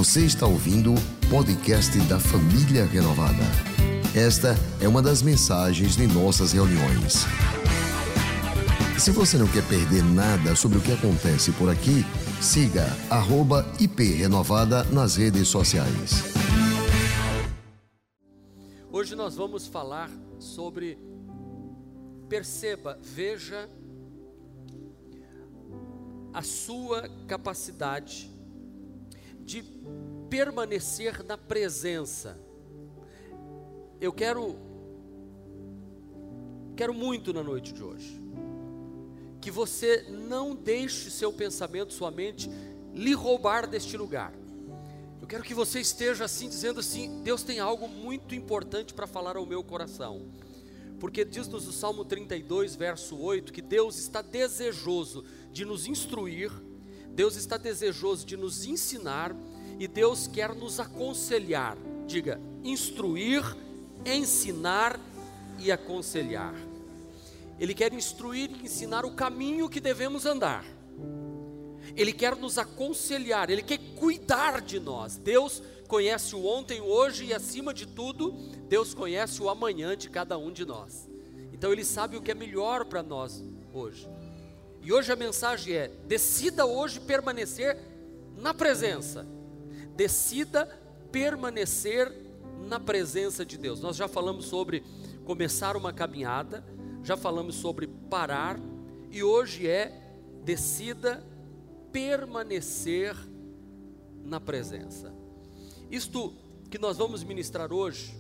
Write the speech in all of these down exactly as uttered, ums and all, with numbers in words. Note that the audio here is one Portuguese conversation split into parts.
Você está ouvindo o podcast da Família Renovada. Esta é uma das mensagens de nossas reuniões. Se você não quer perder nada sobre o que acontece por aqui, siga arroba I P Renovada nas redes sociais. Hoje nós vamos falar sobre, perceba, veja a sua capacidade de permanecer na presença. Eu quero, quero muito na noite de hoje, que você não deixe seu pensamento, sua mente, lhe roubar deste lugar. Eu quero que você esteja assim, dizendo assim: Deus tem algo muito importante para falar ao meu coração. Porque diz-nos o Salmo trinta e dois, verso oito, que Deus está desejoso de nos instruir, Deus está desejoso de nos ensinar, e Deus quer nos aconselhar. Diga, instruir, ensinar e aconselhar. Ele quer instruir e ensinar o caminho que devemos andar. Ele quer nos aconselhar, Ele quer cuidar de nós. Deus conhece o ontem, o hoje e, acima de tudo, Deus conhece o amanhã de cada um de nós. Então Ele sabe o que é melhor para nós hoje. E hoje a mensagem é: decida hoje permanecer na presença. Decida permanecer na presença de Deus. Nós já falamos sobre começar uma caminhada, já falamos sobre parar, e hoje é: decida permanecer na presença. Isto que nós vamos ministrar hoje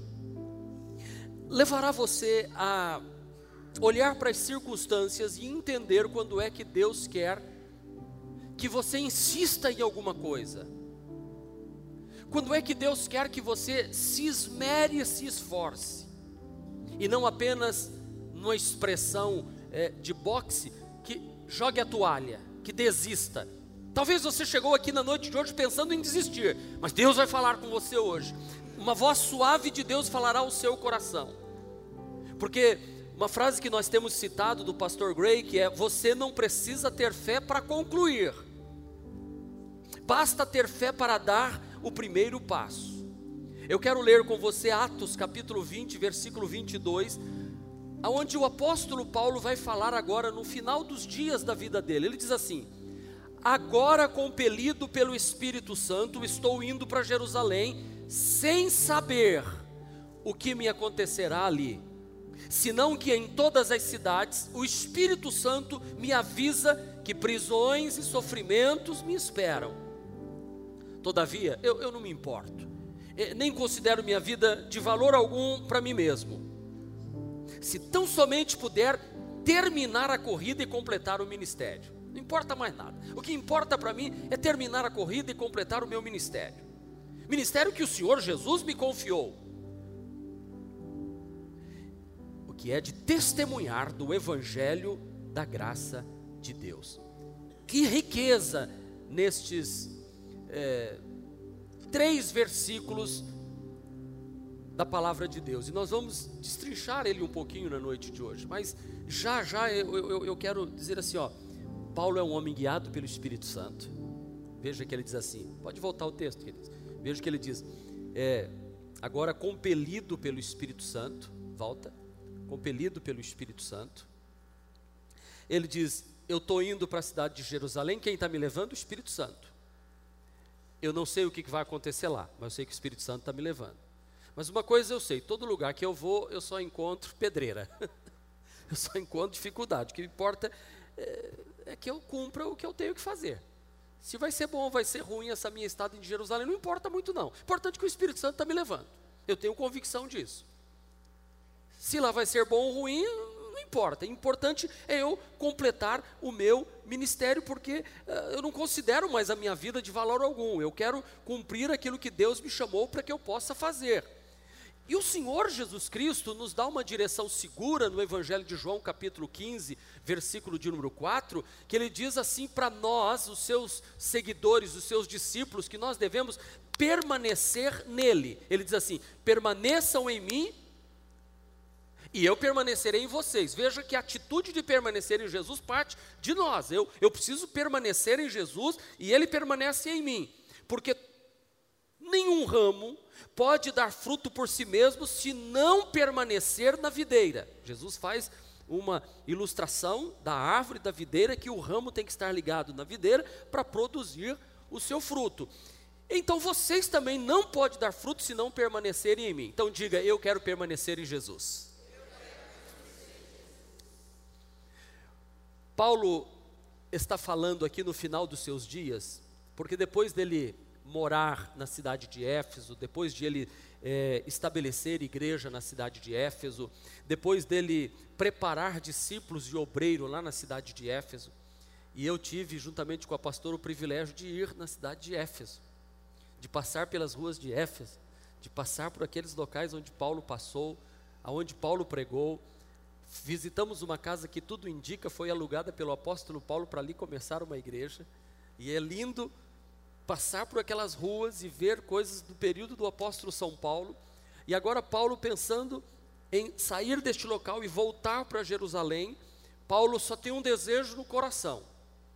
levará você a olhar para as circunstâncias e entender quando é que Deus quer que você insista em alguma coisa. Quando é que Deus quer que você se esmere e se esforce, e não apenas numa expressão é, de boxe, que jogue a toalha, que desista. Talvez você chegou aqui na noite de hoje pensando em desistir, mas Deus vai falar com você hoje. Uma voz suave de Deus falará ao seu coração. Porque uma frase que nós temos citado do pastor Gray, que é: você não precisa ter fé para concluir, basta ter fé para dar o primeiro passo. Eu quero ler com você Atos capítulo vinte, versículo vinte e dois, onde o apóstolo Paulo vai falar agora no final dos dias da vida dele. Ele diz assim: agora, compelido pelo Espírito Santo, estou indo para Jerusalém, sem saber o que me acontecerá ali, senão que em todas as cidades o Espírito Santo me avisa que prisões e sofrimentos me esperam. Todavia, eu, eu não me importo, eu nem considero minha vida de valor algum para mim mesmo, se tão somente puder terminar a corrida e completar o ministério. Não importa mais nada. O que importa para mim é terminar a corrida e completar o meu ministério. Ministério que o Senhor Jesus me confiou. O que é de testemunhar do Evangelho da graça de Deus. Que riqueza nestes é, três versículos da palavra de Deus. E nós vamos destrinchar ele um pouquinho na noite de hoje. Mas já já eu, eu, eu quero dizer assim, ó. Paulo é um homem guiado pelo Espírito Santo. Veja que ele diz assim, pode voltar o texto, queridos. Veja que ele diz, é, agora compelido pelo Espírito Santo, volta, compelido pelo Espírito Santo. Ele diz, eu estou indo para a cidade de Jerusalém, quem está me levando? O Espírito Santo. Eu não sei o que vai acontecer lá, mas eu sei que o Espírito Santo está me levando. Mas uma coisa eu sei, todo lugar que eu vou, eu só encontro pedreira. Eu só encontro dificuldade. O que importa é, é que eu cumpra o que eu tenho que fazer. Se vai ser bom ou vai ser ruim essa minha estada em Jerusalém, não importa muito não. Importante que o Espírito Santo está me levando. Eu tenho convicção disso. Se lá vai ser bom ou ruim, não importa. O importante é eu completar o meu ministério, porque uh, eu não considero mais a minha vida de valor algum. Eu quero cumprir aquilo que Deus me chamou para que eu possa fazer. E o Senhor Jesus Cristo nos dá uma direção segura no Evangelho de João, capítulo quinze, versículo de número quatro, que ele diz assim para nós, os seus seguidores, os seus discípulos, que nós devemos permanecer nele. Ele diz assim: permaneçam em mim e eu permanecerei em vocês. Veja que a atitude de permanecer em Jesus parte de nós. Eu, eu preciso permanecer em Jesus e Ele permanece em mim. Porque Nenhum ramo pode dar fruto por si mesmo se não permanecer na videira. Jesus faz uma ilustração da árvore da videira, que o ramo tem que estar ligado na videira para produzir o seu fruto. Então vocês também não podem dar fruto se não permanecerem em mim. Então diga: eu quero permanecer em Jesus. Paulo está falando aqui no final dos seus dias, porque depois dele morar na cidade de Éfeso, depois de ele é, estabelecer igreja na cidade de Éfeso, depois dele preparar discípulos e obreiro lá na cidade de Éfeso, e eu tive, juntamente com a pastora, o privilégio de ir na cidade de Éfeso, de passar pelas ruas de Éfeso, de passar por aqueles locais onde Paulo passou, aonde Paulo pregou. Visitamos uma casa que tudo indica foi alugada pelo apóstolo Paulo para ali começar uma igreja, e é lindo passar por aquelas ruas e ver coisas do período do apóstolo São Paulo. E agora Paulo, pensando em sair deste local e voltar para Jerusalém, Paulo só tem um desejo no coração: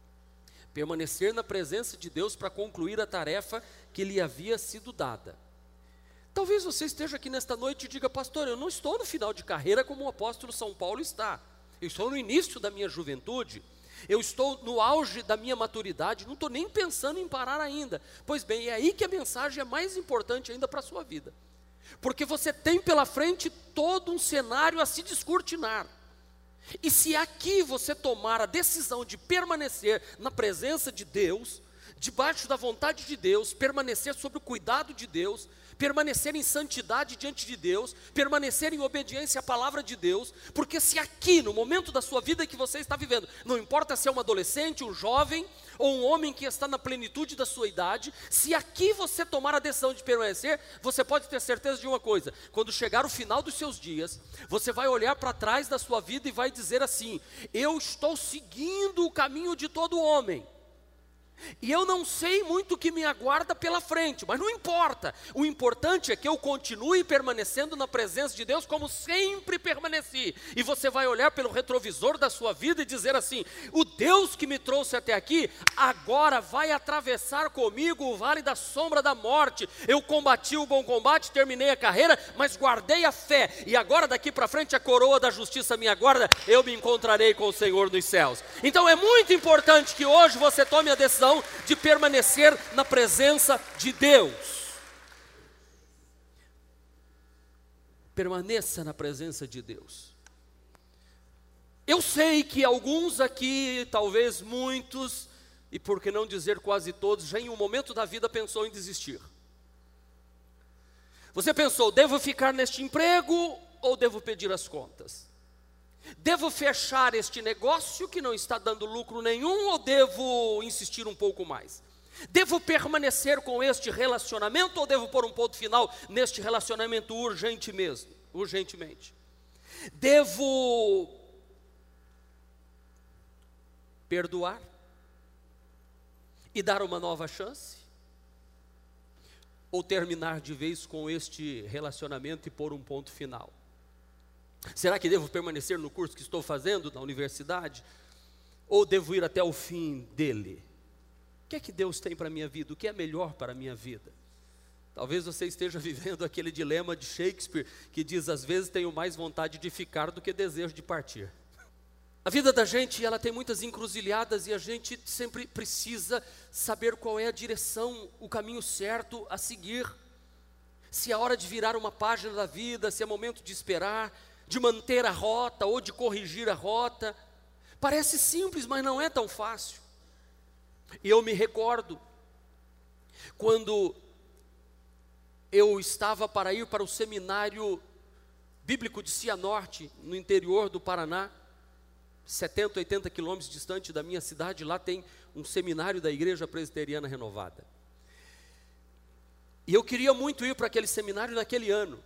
permanecer na presença de Deus para concluir a tarefa que lhe havia sido dada. Talvez você esteja aqui nesta noite e diga: pastor, eu não estou no final de carreira como o apóstolo São Paulo está, eu estou no início da minha juventude, eu estou no auge da minha maturidade, não estou nem pensando em parar ainda. Pois bem, é aí que a mensagem é mais importante ainda para a sua vida, porque você tem pela frente todo um cenário a se descortinar. E se aqui você tomar a decisão de permanecer na presença de Deus, debaixo da vontade de Deus, permanecer sob o cuidado de Deus, permanecer em santidade diante de Deus, permanecer em obediência à palavra de Deus, porque se aqui, no momento da sua vida que você está vivendo, não importa se é um adolescente, um jovem, ou um homem que está na plenitude da sua idade, se aqui você tomar a decisão de permanecer, você pode ter certeza de uma coisa: quando chegar o final dos seus dias, você vai olhar para trás da sua vida e vai dizer assim: eu estou seguindo o caminho de todo homem, e eu não sei muito o que me aguarda pela frente, mas não importa. O importante é que eu continue permanecendo na presença de Deus como sempre permaneci. E você vai olhar pelo retrovisor da sua vida e dizer assim: o Deus que me trouxe até aqui, agora vai atravessar comigo o vale da sombra da morte. Eu combati o bom combate, terminei a carreira, mas guardei a fé, e agora daqui para frente a coroa da justiça me aguarda, eu me encontrarei com o Senhor nos céus. Então é muito importante que hoje você tome a decisão de permanecer na presença de Deus. Permaneça na presença de Deus. Eu sei que alguns aqui, talvez muitos, e por que não dizer quase todos, já em um momento da vida pensou em desistir. Você pensou: devo ficar neste emprego ou devo pedir as contas? Devo fechar este negócio que não está dando lucro nenhum ou devo insistir um pouco mais? Devo permanecer com este relacionamento ou devo pôr um ponto final neste relacionamento urgente mesmo, urgentemente? Devo perdoar e dar uma nova chance? Ou terminar de vez com este relacionamento e pôr um ponto final? Será que devo permanecer no curso que estou fazendo na universidade? Ou devo ir até o fim dele? O que é que Deus tem para a minha vida? O que é melhor para a minha vida? Talvez você esteja vivendo aquele dilema de Shakespeare, que diz: às vezes tenho mais vontade de ficar do que desejo de partir. A vida da gente, ela tem muitas encruzilhadas, e a gente sempre precisa saber qual é a direção, o caminho certo a seguir. Se é hora de virar uma página da vida, se é momento de esperar, de manter a rota ou de corrigir a rota. Parece simples, mas não é tão fácil. E eu me recordo, quando eu estava para ir para o seminário bíblico de Cianorte, no interior do Paraná, setenta, oitenta quilômetros distante da minha cidade, lá tem um seminário da Igreja Presbiteriana Renovada. E eu queria muito ir para aquele seminário naquele ano.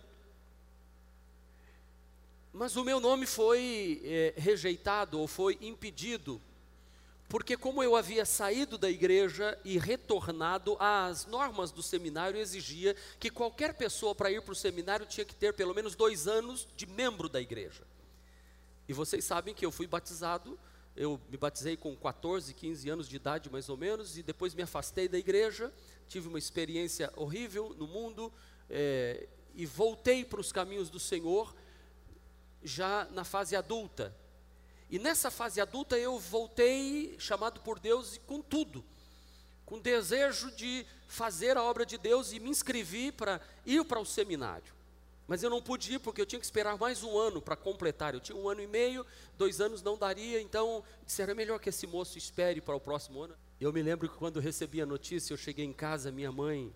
Mas o meu nome foi é, rejeitado ou foi impedido, porque como eu havia saído da igreja e retornado, as normas do seminário exigia que qualquer pessoa para ir para o seminário tinha que ter pelo menos dois anos de membro da igreja. E vocês sabem que eu fui batizado eu me batizei com quatorze, quinze anos de idade mais ou menos, e depois me afastei da igreja, tive uma experiência horrível no mundo, é, e voltei para os caminhos do Senhor, já na fase adulta. E nessa fase adulta eu voltei, chamado por Deus, com tudo, com desejo de fazer a obra de Deus, e me inscrevi para ir para o seminário. Mas eu não pude ir porque eu tinha que esperar mais um ano para completar. Eu tinha um ano e meio, dois anos não daria, então disseram, é melhor que esse moço espere para o próximo ano. Eu me lembro que quando recebi a notícia, eu cheguei em casa, minha mãe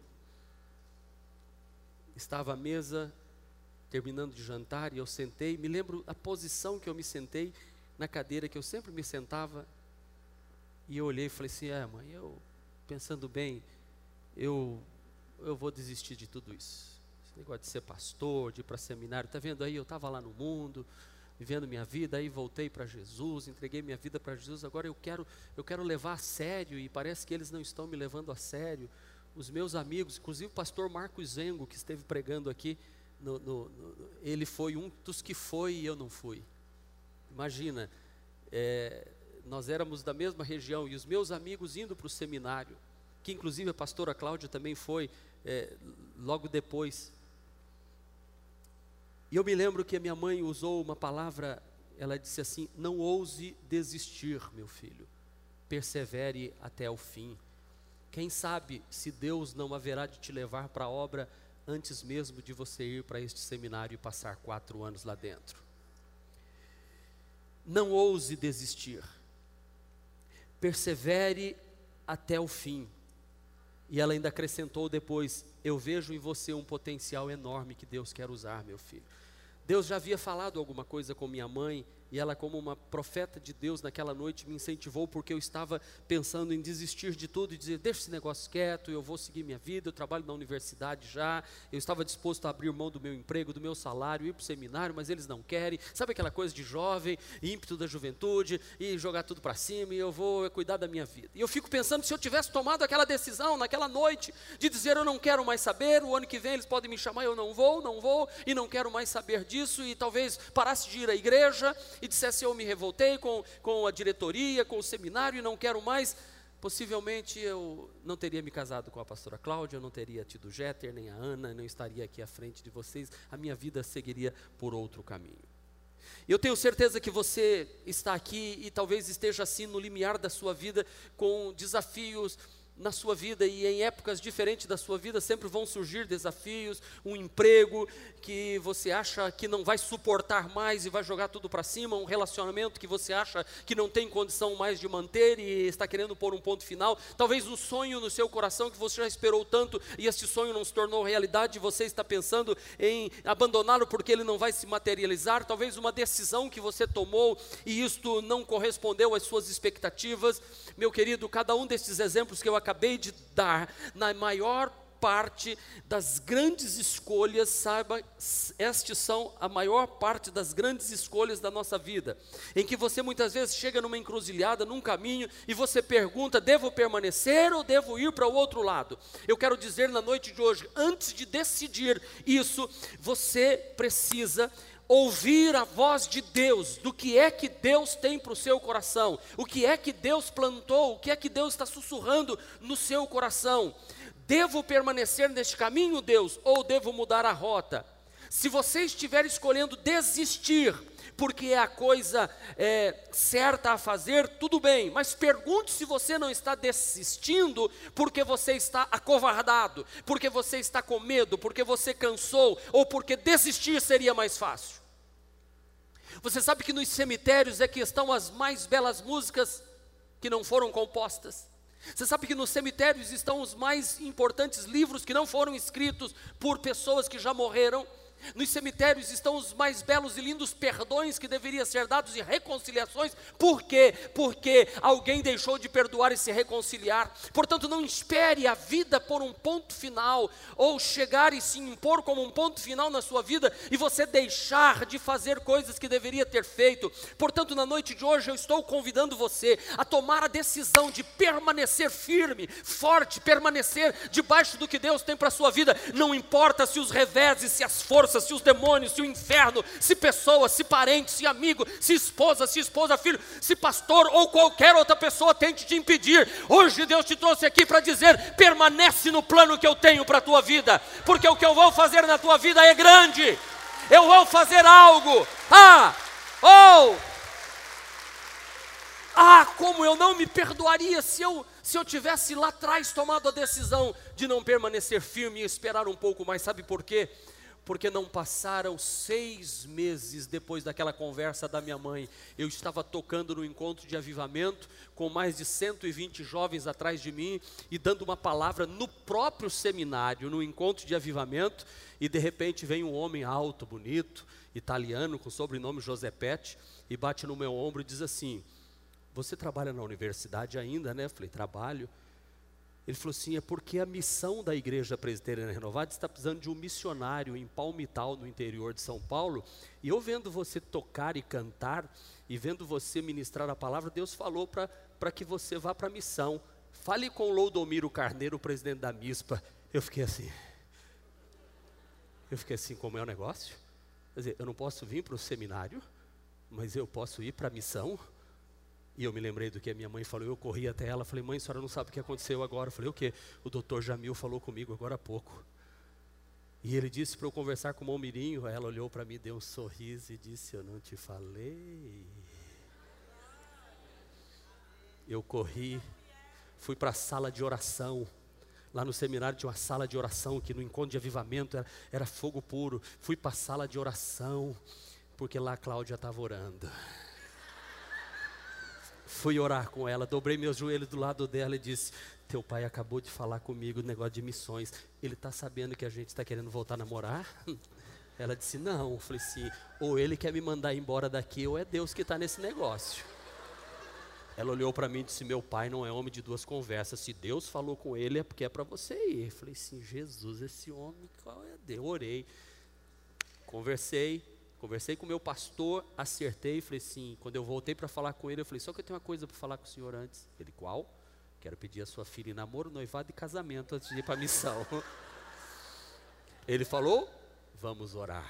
estava à mesa, terminando de jantar, e eu sentei, me lembro a posição que eu me sentei, na cadeira que eu sempre me sentava, e eu olhei e falei assim, é mãe, eu, pensando bem, eu, eu vou desistir de tudo isso. Negócio de ser pastor, de ir para seminário, está vendo aí, eu estava lá no mundo, vivendo minha vida, aí voltei para Jesus, entreguei minha vida para Jesus, agora eu quero, eu quero levar a sério, e parece que eles não estão me levando a sério. Os meus amigos, inclusive o pastor Marcos Zengo, que esteve pregando aqui, no, no, no, ele foi um dos que foi e eu não fui. Imagina, é, nós éramos da mesma região, e os meus amigos indo para o seminário, que inclusive a pastora Cláudia também foi, é, logo depois. E eu me lembro que a minha mãe usou uma palavra, ela disse assim, não ouse desistir, meu filho, persevere até o fim. Quem sabe se Deus não haverá de te levar para a obra antes mesmo de você ir para este seminário e passar quatro anos lá dentro. Não ouse desistir, persevere até o fim. E ela ainda acrescentou depois, eu vejo em você um potencial enorme que Deus quer usar, meu filho. Deus já havia falado alguma coisa com minha mãe, e ela, como uma profeta de Deus, naquela noite me incentivou, porque eu estava pensando em desistir de tudo e dizer, deixa esse negócio quieto, eu vou seguir minha vida, eu trabalho na universidade já, eu estava disposto a abrir mão do meu emprego, do meu salário, ir para o seminário, mas eles não querem, sabe aquela coisa de jovem, ímpeto da juventude, e jogar tudo para cima, e eu vou cuidar da minha vida. E eu fico pensando, se eu tivesse tomado aquela decisão, naquela noite, de dizer, eu não quero mais saber, o ano que vem eles podem me chamar, eu não vou, não vou, e não quero mais saber disso, e talvez parasse de ir à igreja, e dissesse eu me revoltei com, com a diretoria, com o seminário e não quero mais, possivelmente eu não teria me casado com a pastora Cláudia, eu não teria tido Jeter, nem a Ana, não estaria aqui à frente de vocês, a minha vida seguiria por outro caminho. Eu tenho certeza que você está aqui e talvez esteja assim no limiar da sua vida, com desafios na sua vida, e em épocas diferentes da sua vida sempre vão surgir desafios, um emprego que você acha que não vai suportar mais e vai jogar tudo para cima, um relacionamento que você acha que não tem condição mais de manter e está querendo pôr um ponto final, talvez um sonho no seu coração que você já esperou tanto e esse sonho não se tornou realidade e você está pensando em abandoná-lo porque ele não vai se materializar, talvez uma decisão que você tomou e isto não correspondeu às suas expectativas. Meu querido, cada um desses exemplos que eu acabei de dar, na maior parte das grandes escolhas, saiba, estes são a maior parte das grandes escolhas da nossa vida, em que você muitas vezes chega numa encruzilhada, num caminho, e você pergunta, devo permanecer ou devo ir para o outro lado? Eu quero dizer na noite de hoje, antes de decidir isso, você precisa ouvir a voz de Deus, do que é que Deus tem para o seu coração, o que é que Deus plantou, o que é que Deus está sussurrando no seu coração. Devo permanecer neste caminho, Deus, ou devo mudar a rota? Se você estiver escolhendo desistir, porque é a coisa é, certa a fazer, tudo bem, mas pergunte se você não está desistindo porque você está acovardado, porque você está com medo, porque você cansou, ou porque desistir seria mais fácil. Você sabe que nos cemitérios é que estão as mais belas músicas que não foram compostas. Você sabe que nos cemitérios estão os mais importantes livros que não foram escritos por pessoas que já morreram. Nos cemitérios estão os mais belos e lindos perdões que deveriam ser dados e reconciliações. Por quê? Porque alguém deixou de perdoar e se reconciliar. Portanto, não espere a vida por um ponto final, ou chegar e se impor como um ponto final na sua vida, e você deixar de fazer coisas que deveria ter feito. Portanto, na noite de hoje eu estou convidando você a tomar a decisão de permanecer firme, forte, permanecer debaixo do que Deus tem para a sua vida. Não importa se os reveses, se as forças forças, se os demônios, se o inferno, se pessoas, se parentes, se amigo, se esposa, se esposa, filho, se pastor ou qualquer outra pessoa tente te impedir. Hoje Deus te trouxe aqui para dizer: permanece no plano que eu tenho para a tua vida, porque o que eu vou fazer na tua vida é grande. Eu vou fazer algo. Ah, oh, ah, como eu não me perdoaria se eu, se eu tivesse lá atrás tomado a decisão de não permanecer firme e esperar um pouco mais. Sabe por quê? Porque não passaram seis meses depois daquela conversa da minha mãe. Eu estava tocando no encontro de avivamento, com mais de cento e vinte jovens atrás de mim, e dando uma palavra no próprio seminário, no encontro de avivamento, e de repente vem um homem alto, bonito, italiano, com sobrenome Josepetti, e bate no meu ombro e diz assim: você trabalha na universidade ainda, né? Eu falei: trabalho. Ele falou assim: é porque a missão da Igreja Presbiteriana Renovada está precisando de um missionário em Palmital, no interior de São Paulo, e eu vendo você tocar e cantar, e vendo você ministrar a palavra, Deus falou para que você vá para a missão. Fale com Loudomiro Carneiro, o presidente da MISPA. Eu fiquei assim, eu fiquei assim, como é o negócio? Quer dizer, eu não posso vir para o seminário, mas eu posso ir para a missão? E eu me lembrei do que a minha mãe falou. Eu corri até ela, falei: mãe, a senhora não sabe o que aconteceu agora. Eu falei: o quê? O doutor Jamil falou comigo agora há pouco. E ele disse para eu conversar com o Momirinho. Aí ela olhou para mim, deu um sorriso e disse: eu não te falei. Eu corri, fui para a sala de oração. Lá no seminário tinha uma sala de oração, que no encontro de avivamento era, era fogo puro. Fui para a sala de oração, porque lá a Cláudia estava orando. Fui orar com ela, dobrei meus joelhos do lado dela e disse: teu pai acabou de falar comigo no negócio de missões. Ele está sabendo que a gente está querendo voltar a namorar? Ela disse: não. Eu falei assim: ou ele quer me mandar embora daqui, ou é Deus que está nesse negócio. Ela olhou para mim e disse: meu pai não é homem de duas conversas. Se Deus falou com ele é porque é para você ir. Eu falei assim: Jesus, esse homem, qual é Deus? Eu orei, conversei. Conversei com o meu pastor, acertei, falei assim, quando eu voltei para falar com ele, eu falei: só que eu tenho uma coisa para falar com o senhor antes. Ele: qual? Quero pedir a sua filha em namoro, noivado e casamento antes de ir para a missão. Ele falou: vamos orar.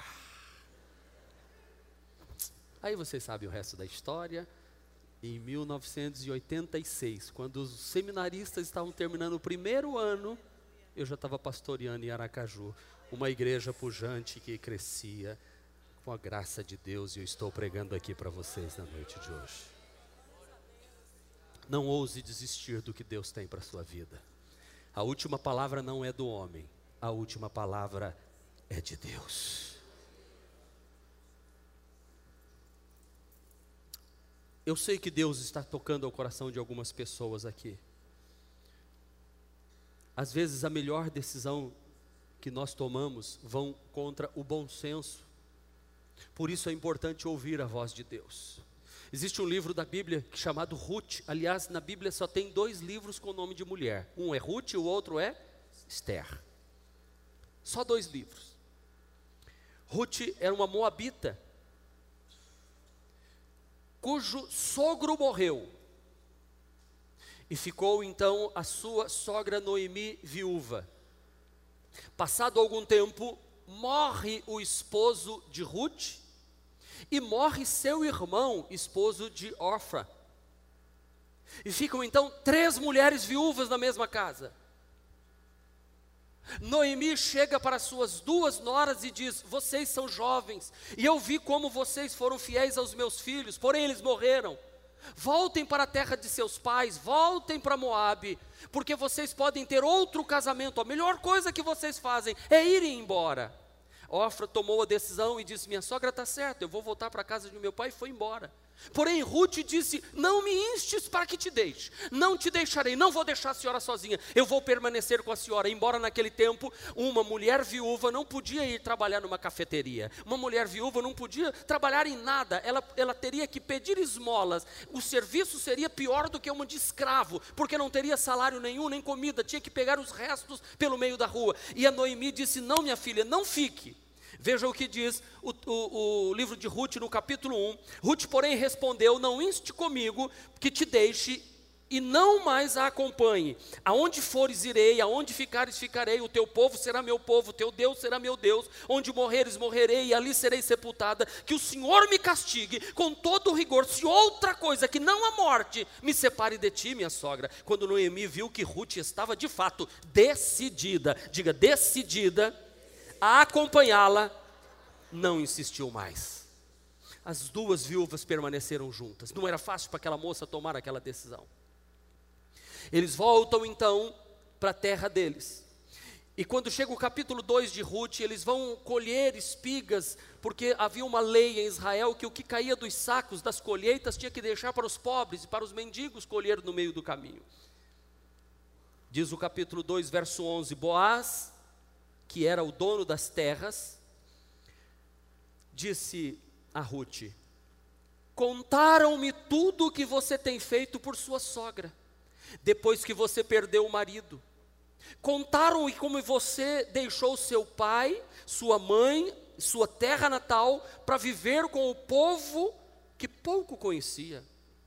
Aí vocês sabem o resto da história. Em mil novecentos e oitenta e seis, quando os seminaristas estavam terminando o primeiro ano, eu já estava pastoreando em Aracaju, uma igreja pujante que crescia. Com a graça de Deus, eu estou pregando aqui para vocês na noite de hoje. Não ouse desistir do que Deus tem para a sua vida. A última palavra não é do homem, a última palavra é de Deus. Eu sei que Deus está tocando ao coração de algumas pessoas aqui. Às vezes a melhor decisão que nós tomamos vão contra o bom senso. Por isso é importante ouvir a voz de Deus. Existe um livro da Bíblia chamado Ruth. Aliás, na Bíblia só tem dois livros com o nome de mulher. Um é Ruth e o outro é Esther. Só dois livros. Ruth era uma moabita, cujo sogro morreu. E ficou então a sua sogra Noemi viúva. Passado algum tempo, morre o esposo de Ruth e morre seu irmão, esposo de Orfa. E ficam então três mulheres viúvas na mesma casa. Noemi chega para suas duas noras e diz: vocês são jovens, e eu vi como vocês foram fiéis aos meus filhos, porém eles morreram. Voltem para a terra de seus pais, voltem para Moabe, porque vocês podem ter outro casamento. A melhor coisa que vocês fazem é irem embora. Orfa tomou a decisão e disse: minha sogra está certa, eu vou voltar para a casa de meu pai, e foi embora. Porém Ruth disse: não me instes para que te deixe, não te deixarei, não vou deixar a senhora sozinha, eu vou permanecer com a senhora. Embora naquele tempo uma mulher viúva não podia ir trabalhar numa cafeteria, uma mulher viúva não podia trabalhar em nada, ela, ela teria que pedir esmolas. O serviço seria pior do que uma de escravo, porque não teria salário nenhum, nem comida, tinha que pegar os restos pelo meio da rua. E a Noemi disse: não, minha filha, não fique. Veja o que diz o, o, o livro de Ruth no capítulo um. Ruth, porém, respondeu: não inste comigo que te deixe e não mais a acompanhe. Aonde fores irei, aonde ficares ficarei, o teu povo será meu povo, o teu Deus será meu Deus, onde morreres morrerei, e ali serei sepultada. Que o Senhor me castigue com todo o rigor, se outra coisa que não a morte me separe de ti, minha sogra. Quando Noemi viu que Ruth estava de fato decidida, diga decidida, a acompanhá-la, não insistiu mais. As duas viúvas permaneceram juntas. Não era fácil para aquela moça tomar aquela decisão. Eles voltam então para a terra deles. E quando chega o capítulo dois de Ruth, eles vão colher espigas, porque havia uma lei em Israel que o que caía dos sacos das colheitas tinha que deixar para os pobres e para os mendigos colher no meio do caminho. Diz o capítulo dois, verso onze, Boaz, que era o dono das terras, disse a Ruth: contaram-me tudo o que você tem feito por sua sogra, depois que você perdeu o marido. Contaram como você deixou seu pai, sua mãe, sua terra natal, para viver com o povo que pouco conhecia.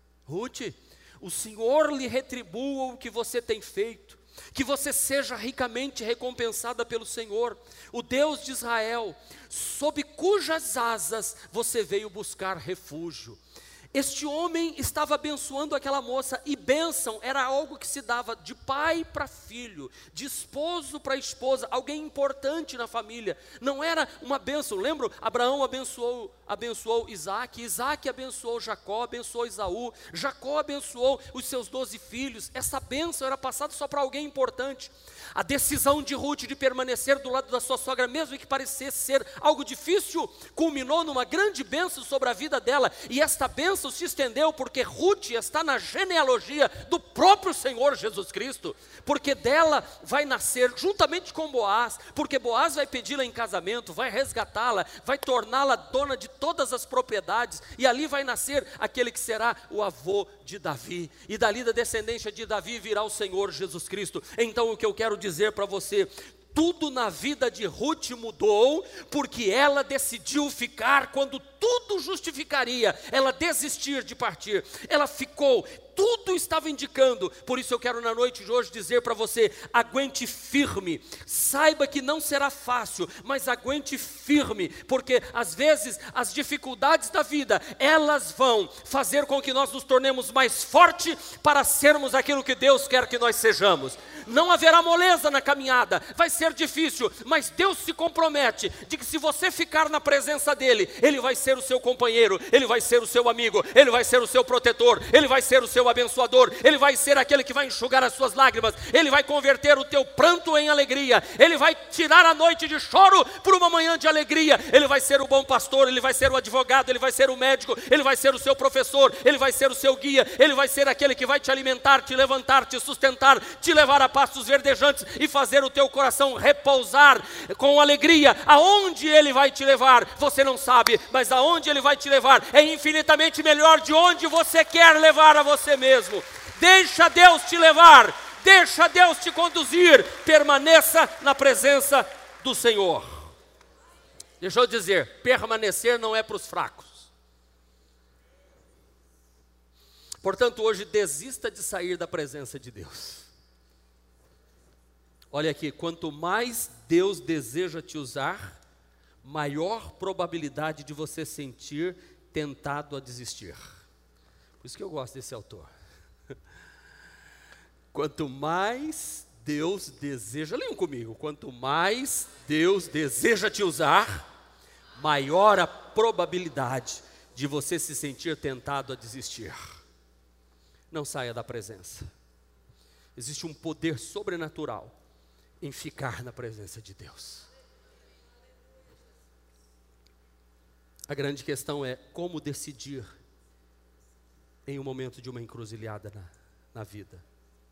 Ruth, o Senhor lhe retribua o que você tem feito, que você seja ricamente recompensada pelo Senhor, o Deus de Israel, sob cujas asas você veio buscar refúgio. Este homem estava abençoando aquela moça, e bênção era algo que se dava de pai para filho, de esposo para esposa, alguém importante na família. Não era uma bênção. Lembra? Abraão abençoou, abençoou Isaac, Isaac abençoou Jacó, abençoou Esaú, Jacó abençoou os seus doze filhos. Essa bênção era passada só para alguém importante. A decisão de Ruth de permanecer do lado da sua sogra, mesmo que parecesse ser algo difícil, culminou numa grande bênção sobre a vida dela, e esta bênção se estendeu porque Ruth está na genealogia do próprio Senhor Jesus Cristo, porque dela vai nascer, juntamente com Boaz, porque Boaz vai pedi-la em casamento, vai resgatá-la, vai torná-la dona de todas as propriedades, e ali vai nascer aquele que será o avô de Davi, e dali da descendência de Davi virá o Senhor Jesus Cristo. Então o que eu quero dizer para você: tudo na vida de Ruth mudou, porque ela decidiu ficar quando tudo justificaria ela desistir de partir. Ela ficou, tudo estava indicando. Por isso eu quero na noite de hoje dizer para você: aguente firme, saiba que não será fácil, mas aguente firme, porque às vezes as dificuldades da vida, elas vão fazer com que nós nos tornemos mais fortes para sermos aquilo que Deus quer que nós sejamos. Não haverá moleza na caminhada, vai ser difícil, mas Deus se compromete de que se você ficar na presença dEle, Ele vai ser o seu companheiro, Ele vai ser o seu amigo, Ele vai ser o seu protetor, Ele vai ser o seu abençoador, Ele vai ser aquele que vai enxugar as suas lágrimas, Ele vai converter o teu pranto em alegria, Ele vai tirar a noite de choro por uma manhã de alegria. Ele vai ser o bom pastor, Ele vai ser o advogado, Ele vai ser o médico, Ele vai ser o seu professor, Ele vai ser o seu guia, Ele vai ser aquele que vai te alimentar, te levantar, te sustentar, te levar a pastos verdejantes e fazer o teu coração repousar com alegria. Aonde Ele vai te levar, você não sabe, mas aonde Ele vai te levar é infinitamente melhor de onde você quer levar a você mesmo. Deixa Deus te levar, deixa Deus te conduzir, permaneça na presença do Senhor. Deixa eu dizer, permanecer não é para os fracos. Portanto, hoje desista de sair da presença de Deus. Olha aqui, quanto mais Deus deseja te usar, maior probabilidade de você sentir tentado a desistir. Por isso que eu gosto desse autor. Quanto mais Deus deseja, leiam comigo, quanto mais Deus deseja te usar, maior a probabilidade de você se sentir tentado a desistir. Não saia da presença. Existe um poder sobrenatural em ficar na presença de Deus. A grande questão é como decidir em um momento de uma encruzilhada na, na vida.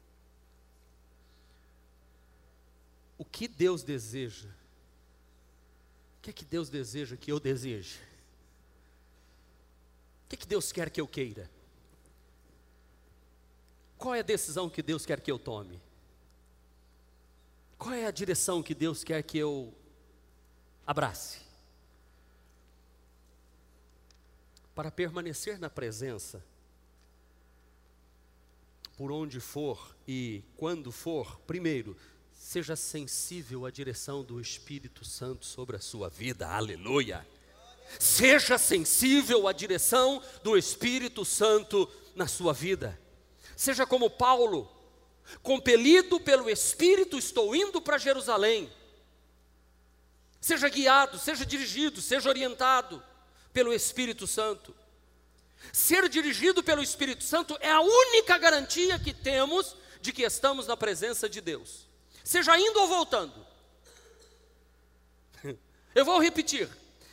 O que Deus deseja? O que é que Deus deseja que eu deseje? O que é que Deus quer que eu queira? Qual é a decisão que Deus quer que eu tome? Qual é a direção que Deus quer que eu abrace? Para permanecer na presença, por onde for e quando for, primeiro, seja sensível à direção do Espírito Santo sobre a sua vida, aleluia. Seja sensível à direção do Espírito Santo na sua vida. Seja como Paulo, compelido pelo Espírito, estou indo para Jerusalém. Seja guiado, seja dirigido, seja orientado pelo Espírito Santo. Ser dirigido pelo Espírito Santo é a única garantia que temos de que estamos na presença de Deus. Seja indo ou voltando. Eu vou repetir.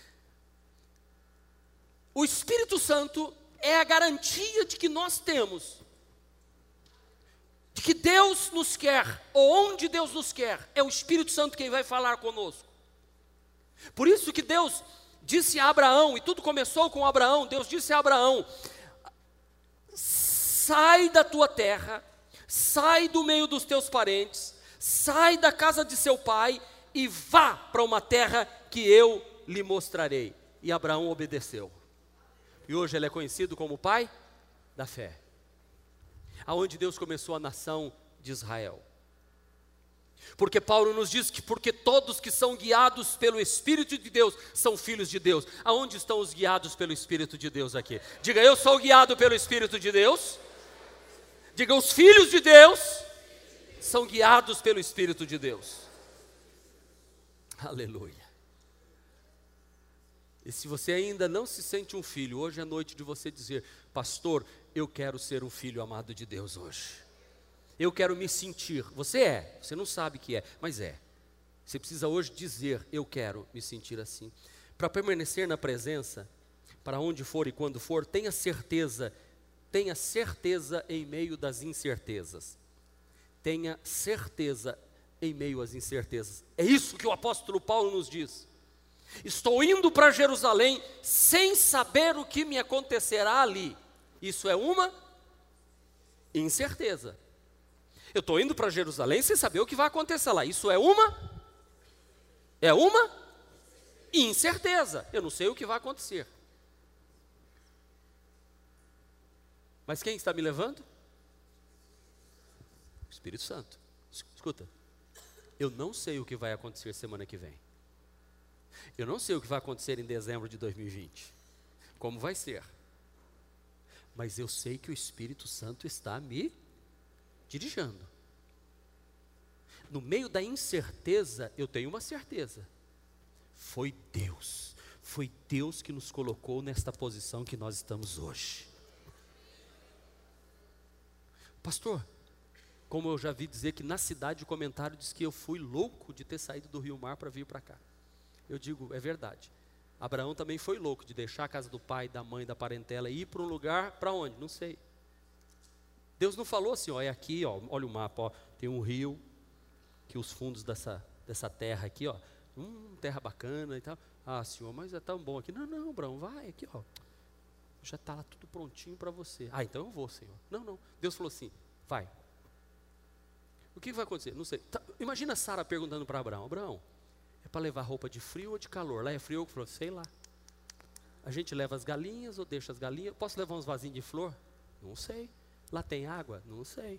O Espírito Santo é a garantia de que nós temos, de que Deus nos quer, ou onde Deus nos quer. É o Espírito Santo quem vai falar conosco. Por isso que Deus disse a Abraão, e tudo começou com Abraão, Deus disse a Abraão: sai da tua terra, sai do meio dos teus parentes, sai da casa de seu pai e vá para uma terra que eu lhe mostrarei. E Abraão obedeceu. E hoje ele é conhecido como o pai da fé. Aonde Deus começou a nação de Israel. Porque Paulo nos diz que porque todos que são guiados pelo Espírito de Deus são filhos de Deus. Aonde estão os guiados pelo Espírito de Deus aqui? Diga, eu sou guiado pelo Espírito de Deus. Diga, os filhos de Deus são guiados pelo Espírito de Deus. Aleluia. E se você ainda não se sente um filho, hoje é noite de você dizer: pastor, eu quero ser um filho amado de Deus hoje. Eu quero me sentir. Você é, você não sabe que é, mas é. Você precisa hoje dizer: eu quero me sentir assim. Para permanecer na presença, para onde for e quando for, tenha certeza, tenha certeza em meio das incertezas. Tenha certeza em meio às incertezas. É isso que o apóstolo Paulo nos diz. Estou indo para Jerusalém sem saber o que me acontecerá ali. Isso é uma incerteza. Eu estou indo para Jerusalém sem saber o que vai acontecer lá. Isso é uma É uma incerteza. Eu não sei o que vai acontecer. Mas quem está me levando? O Espírito Santo. Escuta, eu não sei o que vai acontecer semana que vem. Eu não sei o que vai acontecer em dezembro de dois mil e vinte. Como vai ser. Mas eu sei que o Espírito Santo está me dirigindo. No meio da incerteza, eu tenho uma certeza. Foi Deus. Foi Deus que nos colocou nesta posição que nós estamos hoje. Pastor, como eu já vi dizer que na cidade o comentário diz que eu fui louco de ter saído do Rio Mar para vir para cá. Eu digo, é verdade. Abraão também foi louco de deixar a casa do pai, da mãe, da parentela e ir para um lugar, para onde? Não sei. Deus não falou assim, ó, é aqui, ó, olha o mapa, ó, tem um rio, que os fundos dessa, dessa terra aqui, ó, hum, terra bacana e tal. Ah, senhor, mas é tão bom aqui. Não, não, Abraão, vai aqui, ó. Já está lá tudo prontinho para você. Ah, então eu vou, Senhor. Não, não. Deus falou assim, vai. O que vai acontecer? Não sei. Tá, imagina Sara perguntando para Abraão, Abraão, é para levar roupa de frio ou de calor? Lá é frio? Eu falei, sei lá. A gente leva as galinhas ou deixa as galinhas? Posso levar uns vasinhos de flor? Não sei. Lá tem água? Não sei.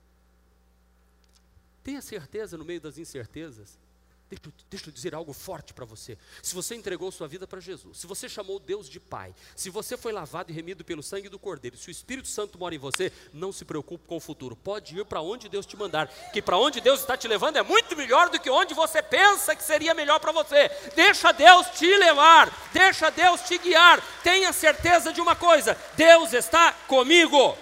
Tenha certeza no meio das incertezas. Deixa, deixa eu dizer algo forte para você. Se você entregou sua vida para Jesus, se você chamou Deus de Pai, se você foi lavado e remido pelo sangue do Cordeiro, se o Espírito Santo mora em você, não se preocupe com o futuro. Pode ir para onde Deus te mandar, que para onde Deus está te levando é muito melhor do que onde você pensa que seria melhor para você. Deixa Deus te levar, deixa Deus te guiar. Tenha certeza de uma coisa: Deus está comigo.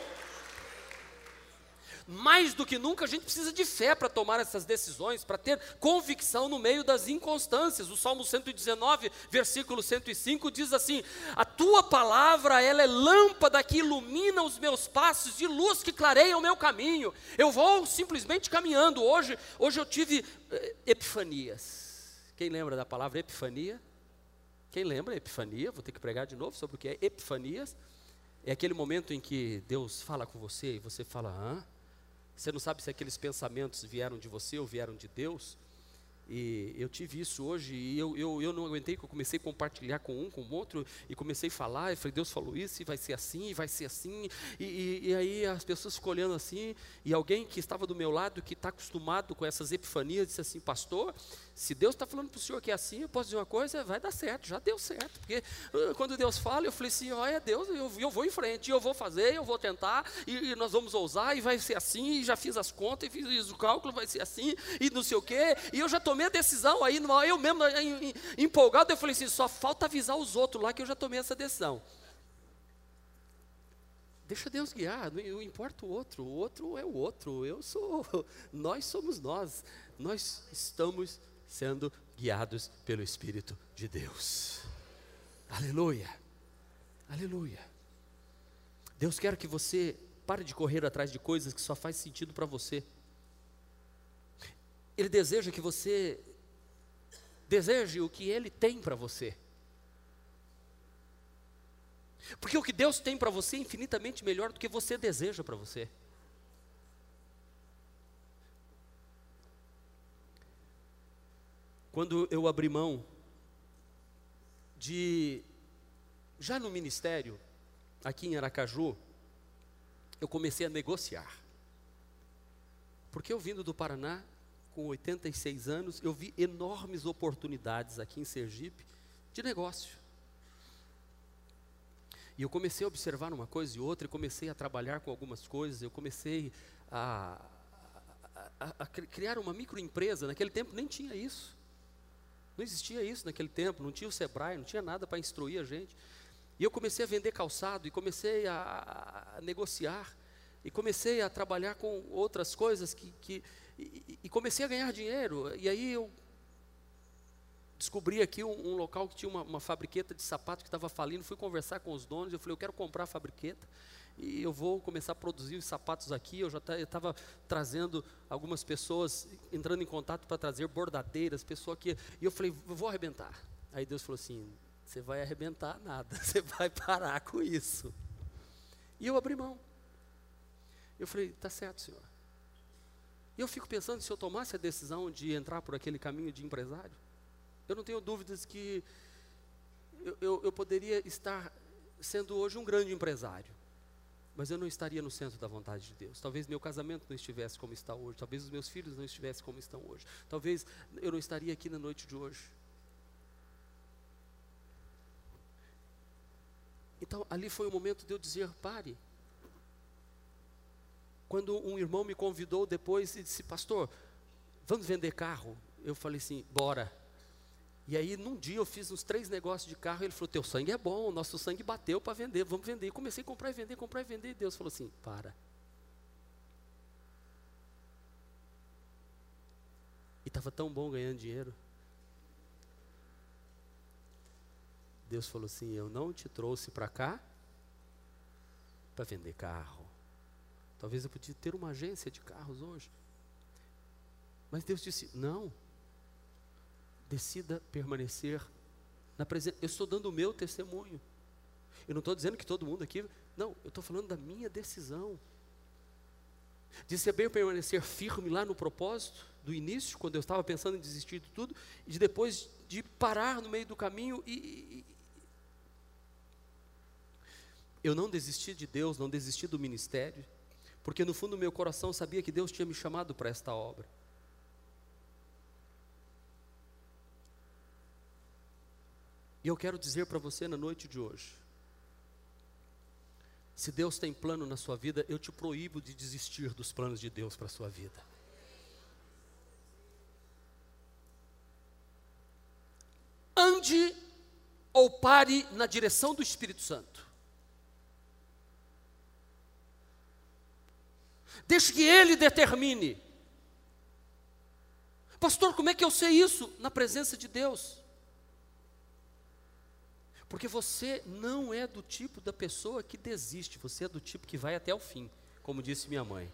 Mais do que nunca a gente precisa de fé para tomar essas decisões, para ter convicção no meio das inconstâncias. O Salmo cento e dezenove, versículo cento e cinco diz assim: a tua palavra, ela é lâmpada que ilumina os meus passos e luz que clareia o meu caminho. Eu vou simplesmente caminhando. Hoje, hoje eu tive eh, epifanias. Quem lembra da palavra epifania? Quem lembra epifania? Vou ter que pregar de novo sobre o que é epifanias. É aquele momento em que Deus fala com você e você fala, hã? Você não sabe se aqueles pensamentos vieram de você ou vieram de Deus. E eu tive isso hoje, e eu, eu, eu não aguentei, que eu comecei a compartilhar com um, com o outro, e comecei a falar, e falei, Deus falou isso, e vai ser assim, e vai ser assim, e, e, e aí as pessoas ficam olhando assim, e alguém que estava do meu lado, que está acostumado com essas epifanias, disse assim, pastor, se Deus está falando para o senhor que é assim, eu posso dizer uma coisa, vai dar certo, já deu certo, porque uh, quando Deus fala, eu falei assim, olha Deus, eu, eu vou em frente, eu vou fazer, eu vou tentar, e, e nós vamos ousar, e vai ser assim, e já fiz as contas, e fiz o cálculo, vai ser assim, e não sei o quê, e eu já tomei a decisão aí, eu mesmo empolgado, eu falei assim, só falta avisar os outros lá que eu já tomei essa decisão. Deixa Deus guiar, não importa o outro, o outro é o outro, eu sou, nós somos nós, nós estamos sendo guiados pelo Espírito de Deus. Aleluia, aleluia. Deus quer que você pare de correr atrás de coisas que só faz sentido para você. Ele deseja que você deseje o que Ele tem para você. Porque o que Deus tem para você é infinitamente melhor do que você deseja para você. Quando eu abri mão de, já no ministério, aqui em Aracaju, eu comecei a negociar. Porque eu vindo do Paraná, com oitenta e seis anos, eu vi enormes oportunidades aqui em Sergipe de negócio. E eu comecei a observar uma coisa e outra, e comecei a trabalhar com algumas coisas, eu comecei a, a, a, a criar uma microempresa. Naquele tempo nem tinha isso. Não existia isso naquele tempo, não tinha o Sebrae, não tinha nada para instruir a gente. E eu comecei a vender calçado, e comecei a, a negociar, e comecei a trabalhar com outras coisas, que, que, e, e comecei a ganhar dinheiro. E aí eu descobri aqui um, um local que tinha uma, uma fabriqueta de sapato que estava falindo, fui conversar com os donos, eu falei, eu quero comprar a fabriqueta, e eu vou começar a produzir os sapatos aqui. Eu já estava trazendo algumas pessoas, entrando em contato para trazer bordadeiras, pessoa aqui, e eu falei, eu vou arrebentar. Aí Deus falou assim, você vai arrebentar nada, você vai parar com isso. E eu abri mão. Eu falei, está certo, Senhor. E eu fico pensando, se eu tomasse a decisão de entrar por aquele caminho de empresário, eu não tenho dúvidas que eu, eu, eu poderia estar sendo hoje um grande empresário, mas eu não estaria no centro da vontade de Deus. Talvez meu casamento não estivesse como está hoje, talvez os meus filhos não estivessem como estão hoje, talvez eu não estaria aqui na noite de hoje. Então, ali foi o momento de eu dizer, pare. Quando um irmão me convidou depois e disse, pastor, vamos vender carro? Eu falei assim, bora. E aí, num dia, eu fiz uns três negócios de carro, e ele falou, teu sangue é bom, nosso sangue bateu para vender, vamos vender. E comecei a comprar e vender, comprar e vender, e Deus falou assim, para. E estava tão bom ganhando dinheiro. Deus falou assim, eu não te trouxe para cá para vender carro. Talvez eu podia ter uma agência de carros hoje. Mas Deus disse, não. Decida permanecer na presença. Eu estou dando o meu testemunho. Eu não estou dizendo que todo mundo aqui... Não, eu estou falando da minha decisão. De saber permanecer firme lá no propósito, do início, quando eu estava pensando em desistir de tudo, e de depois de parar no meio do caminho e... e eu não desisti de Deus, não desisti do ministério, porque no fundo do meu coração eu sabia que Deus tinha me chamado para esta obra. E eu quero dizer para você na noite de hoje, se Deus tem plano na sua vida, eu te proíbo de desistir dos planos de Deus para a sua vida. Ande ou pare na direção do Espírito Santo. Deixe que Ele determine. Pastor, como é que eu sei isso? Na presença de Deus. Porque você não é do tipo da pessoa que desiste, você é do tipo que vai até o fim, como disse minha mãe.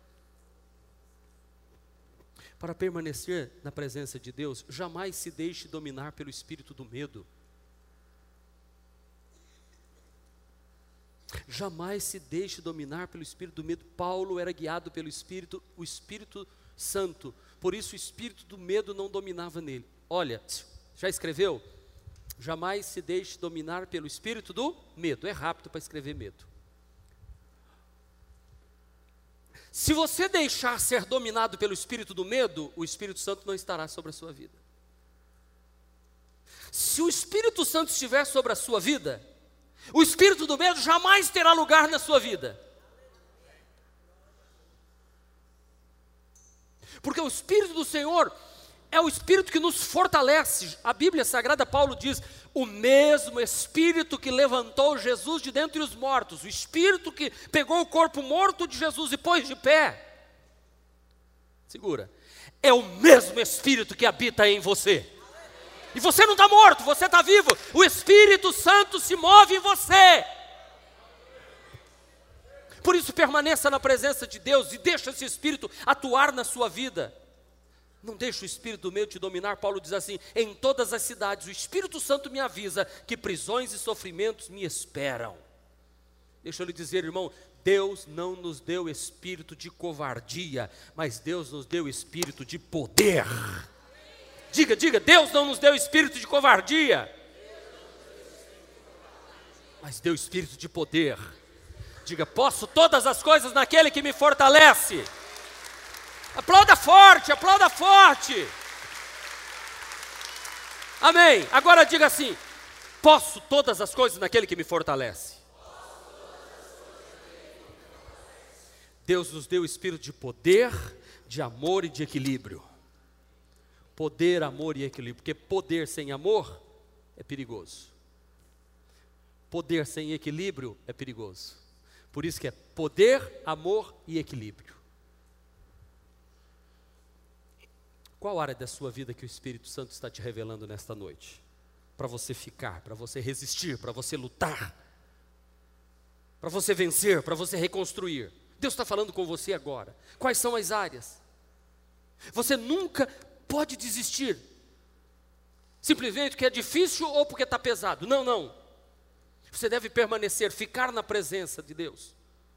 Para permanecer na presença de Deus, jamais se deixe dominar pelo espírito do medo. Jamais se deixe dominar pelo espírito do medo. Paulo era guiado pelo Espírito, o Espírito Santo, por isso o espírito do medo não dominava nele. Olha, já escreveu? Jamais se deixe dominar pelo espírito do medo. É rápido para escrever medo. Se você deixar ser dominado pelo espírito do medo, o Espírito Santo não estará sobre a sua vida. Se o Espírito Santo estiver sobre a sua vida, o espírito do medo jamais terá lugar na sua vida. Porque o Espírito do Senhor é o Espírito que nos fortalece. A Bíblia Sagrada, Paulo diz, o mesmo Espírito que levantou Jesus de dentre os mortos, o Espírito que pegou o corpo morto de Jesus e pôs de pé, segura, é o mesmo Espírito que habita em você. E você não está morto, você está vivo. O Espírito Santo se move em você. Por isso permaneça na presença de Deus e deixa esse Espírito atuar na sua vida. Não deixe o espírito do medo te dominar. Paulo diz assim, em todas as cidades o Espírito Santo me avisa que prisões e sofrimentos me esperam. Deixa eu lhe dizer, irmão, Deus não nos deu espírito de covardia, mas Deus nos deu espírito de poder. Diga, diga, Deus não nos deu espírito de covardia, mas deu espírito de poder. Diga, posso todas as coisas naquele que me fortalece. Aplauda forte, aplauda forte. Amém. Agora diga assim, posso todas as coisas naquele que me fortalece. Deus nos deu o espírito de poder, de amor e de equilíbrio. Poder, amor e equilíbrio. Porque poder sem amor é perigoso. Poder sem equilíbrio é perigoso. Por isso que é poder, amor e equilíbrio. Qual área da sua vida que o Espírito Santo está te revelando nesta noite? Para você ficar, para você resistir, para você lutar, para você vencer, para você reconstruir. Deus está falando com você agora. Quais são as áreas? Você nunca pode desistir, simplesmente porque é difícil ou porque está pesado. Não, não. Você deve permanecer, ficar na presença de Deus.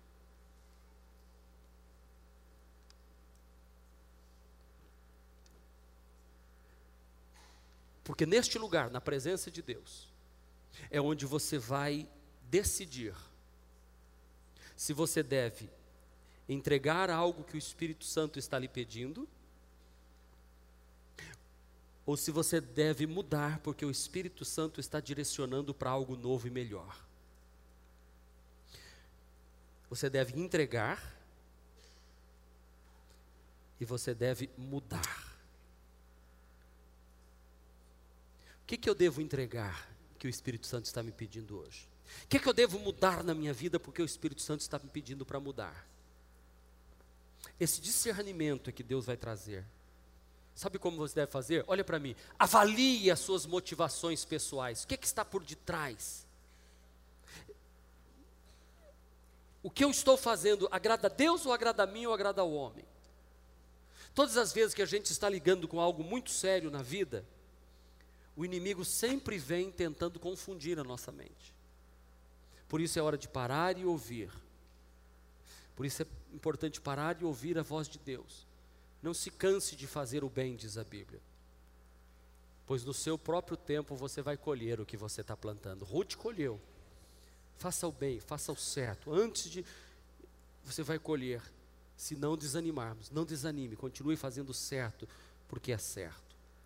Porque neste lugar, na presença de Deus, é onde você vai decidir se você deve entregar algo que o Espírito Santo está lhe pedindo, ou se você deve mudar, porque o Espírito Santo está direcionando para algo novo e melhor. Você deve entregar, e você deve mudar. O que, que eu devo entregar, que o Espírito Santo está me pedindo hoje? O que, que eu devo mudar na minha vida, porque o Espírito Santo está me pedindo para mudar? Esse discernimento é que Deus vai trazer. Sabe como você deve fazer? Olha para mim, avalie as suas motivações pessoais. O que, que está por detrás? O que eu estou fazendo agrada a Deus ou agrada a mim ou agrada ao homem? Todas as vezes que a gente está ligando com algo muito sério na vida, o inimigo sempre vem tentando confundir a nossa mente. Por isso é hora de parar e ouvir. Por isso é importante parar e ouvir a voz de Deus. Não se canse de fazer o bem, diz a Bíblia, pois no seu próprio tempo você vai colher o que você está plantando. Ruth colheu. Faça o bem, faça o certo. Antes de, você vai colher. Se não desanimarmos, não desanime, continue fazendo o certo, porque é certo.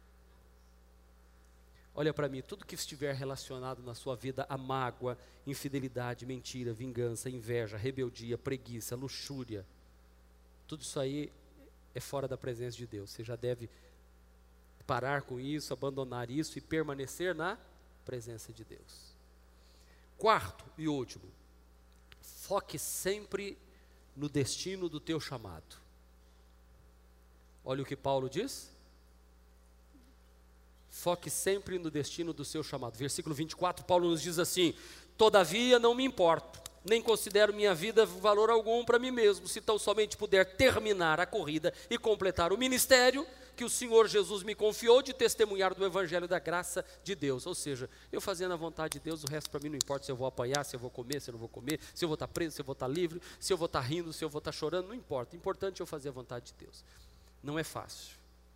Olha para mim, tudo que estiver relacionado na sua vida a mágoa, infidelidade, mentira, vingança, inveja, rebeldia, preguiça, luxúria, tudo isso aí é fora da presença de Deus. Você já deve parar com isso, abandonar isso e permanecer na presença de Deus. Quarto e último, foque sempre no destino do teu chamado. Olha o que Paulo diz. Foque sempre no destino do seu chamado. Versículo vinte e quatro, Paulo nos diz assim: todavia não me importo, nem considero minha vida valor algum para mim mesmo, se tão somente puder terminar a corrida e completar o ministério que o Senhor Jesus me confiou de testemunhar do Evangelho da graça de Deus. Ou seja, eu fazendo a vontade de Deus, o resto para mim não importa se eu vou apanhar, se eu vou comer, se eu não vou comer, se eu vou estar preso, se eu vou estar livre, se eu vou estar rindo, se eu vou estar chorando, não importa. O importante é eu fazer a vontade de Deus. Não é fácil.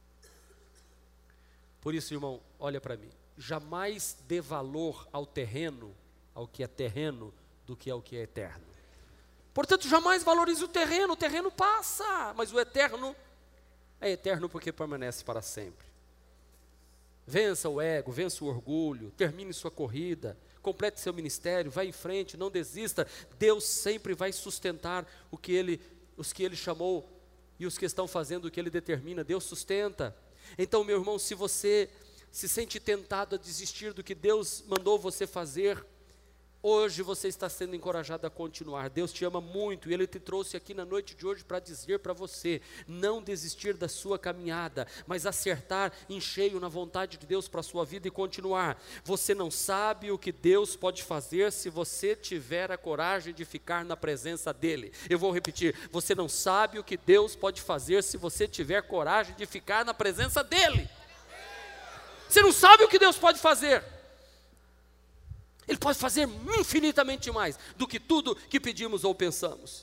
Por isso, irmão, olha para mim. Jamais dê valor ao terreno, ao que é terreno, do que ao que é eterno. Portanto, jamais valorize o terreno. O terreno passa, mas o eterno é eterno porque permanece para sempre. Vença o ego, vença o orgulho, termine sua corrida, complete seu ministério, vá em frente, não desista. Deus sempre vai sustentar o que Ele, os que Ele chamou e os que estão fazendo o que Ele determina. Deus sustenta. Então, meu irmão, se você se sente tentado a desistir do que Deus mandou você fazer, hoje você está sendo encorajado a continuar. Deus te ama muito e Ele te trouxe aqui na noite de hoje para dizer para você, não desistir da sua caminhada, mas acertar em cheio na vontade de Deus para a sua vida e continuar. Você não sabe o que Deus pode fazer se você tiver a coragem de ficar na presença dEle. Eu vou repetir, você não sabe o que Deus pode fazer se você tiver coragem de ficar na presença dEle. Você não sabe o que Deus pode fazer. Ele pode fazer infinitamente mais do que tudo que pedimos ou pensamos.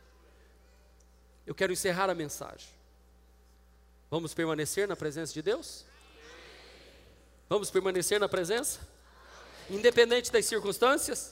Eu quero encerrar a mensagem. Vamos permanecer na presença de Deus? Vamos permanecer na presença? Independente das circunstâncias?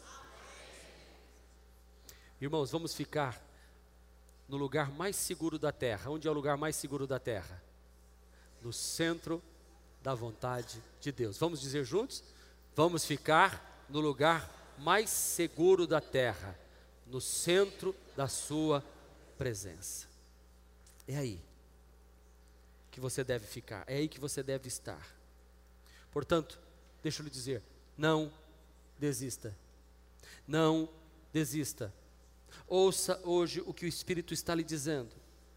Irmãos, vamos ficar no lugar mais seguro da terra. Onde é o lugar mais seguro da terra? No centro da vontade de Deus. Vamos dizer juntos? Vamos ficar no lugar mais seguro da terra, no centro da sua presença. É aí que você deve ficar, é aí que você deve estar. Portanto, deixa eu lhe dizer, não desista, não desista. Ouça hoje o que o Espírito está lhe dizendo,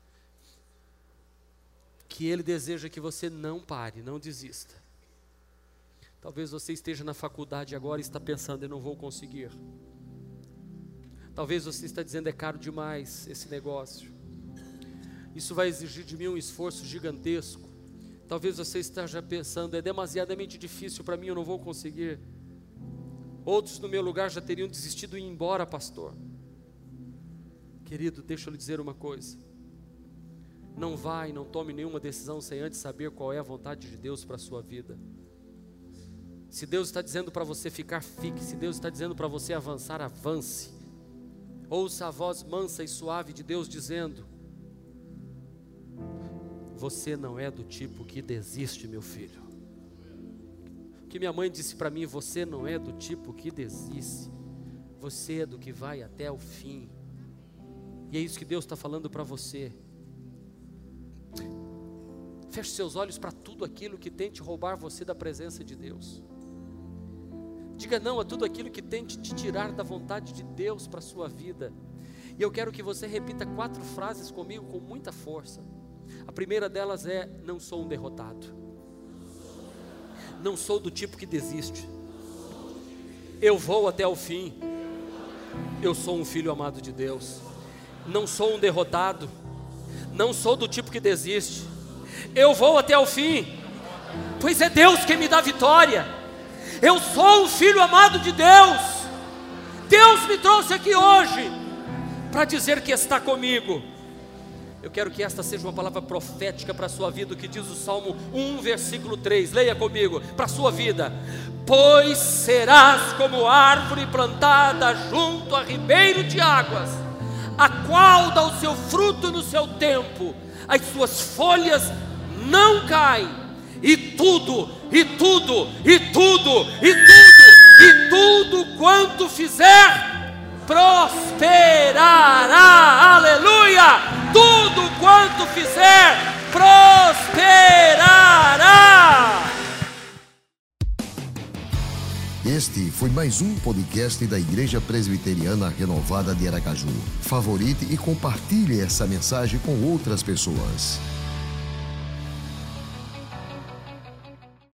que Ele deseja que você não pare, não desista. Talvez você esteja na faculdade agora e está pensando, eu não vou conseguir. Talvez você está dizendo, é caro demais esse negócio. Isso vai exigir de mim um esforço gigantesco. Talvez você esteja pensando, é demasiadamente difícil para mim, eu não vou conseguir. Outros no meu lugar já teriam desistido e ido embora, pastor. Querido, deixa eu lhe dizer uma coisa. Não vá e não tome nenhuma decisão sem antes saber qual é a vontade de Deus para a sua vida. Se Deus está dizendo para você ficar, fique. Se Deus está dizendo para você avançar, avance. Ouça a voz mansa e suave de Deus dizendo, você não é do tipo que desiste, meu filho. O que minha mãe disse para mim, você não é do tipo que desiste. Você é do que vai até o fim. E é isso que Deus está falando para você. Feche seus olhos para tudo aquilo que tente roubar você da presença de Deus. Diga não a tudo aquilo que tente te tirar da vontade de Deus para a sua vida. E eu quero que você repita quatro frases comigo com muita força. A primeira delas é, não sou um derrotado. Não sou do tipo que desiste. Eu vou até o fim. Eu sou um filho amado de Deus. Não sou um derrotado. Não sou do tipo que desiste. Eu vou até o fim, pois é Deus quem me dá vitória. Eu sou um filho amado de Deus. Deus me trouxe aqui hoje para dizer que está comigo. Eu quero que esta seja uma palavra profética para a sua vida, o que diz o Salmo um, versículo três. Leia comigo, para a sua vida. Pois serás como árvore plantada junto a ribeiro de águas, a qual dá o seu fruto no seu tempo, as suas folhas não caem, e tudo, e tudo, e tudo, e tudo, e tudo quanto fizer, prosperará, aleluia, tudo quanto fizer, prosperará. Este foi mais um podcast da Igreja Presbiteriana Renovada de Aracaju. Favorite e compartilhe essa mensagem com outras pessoas.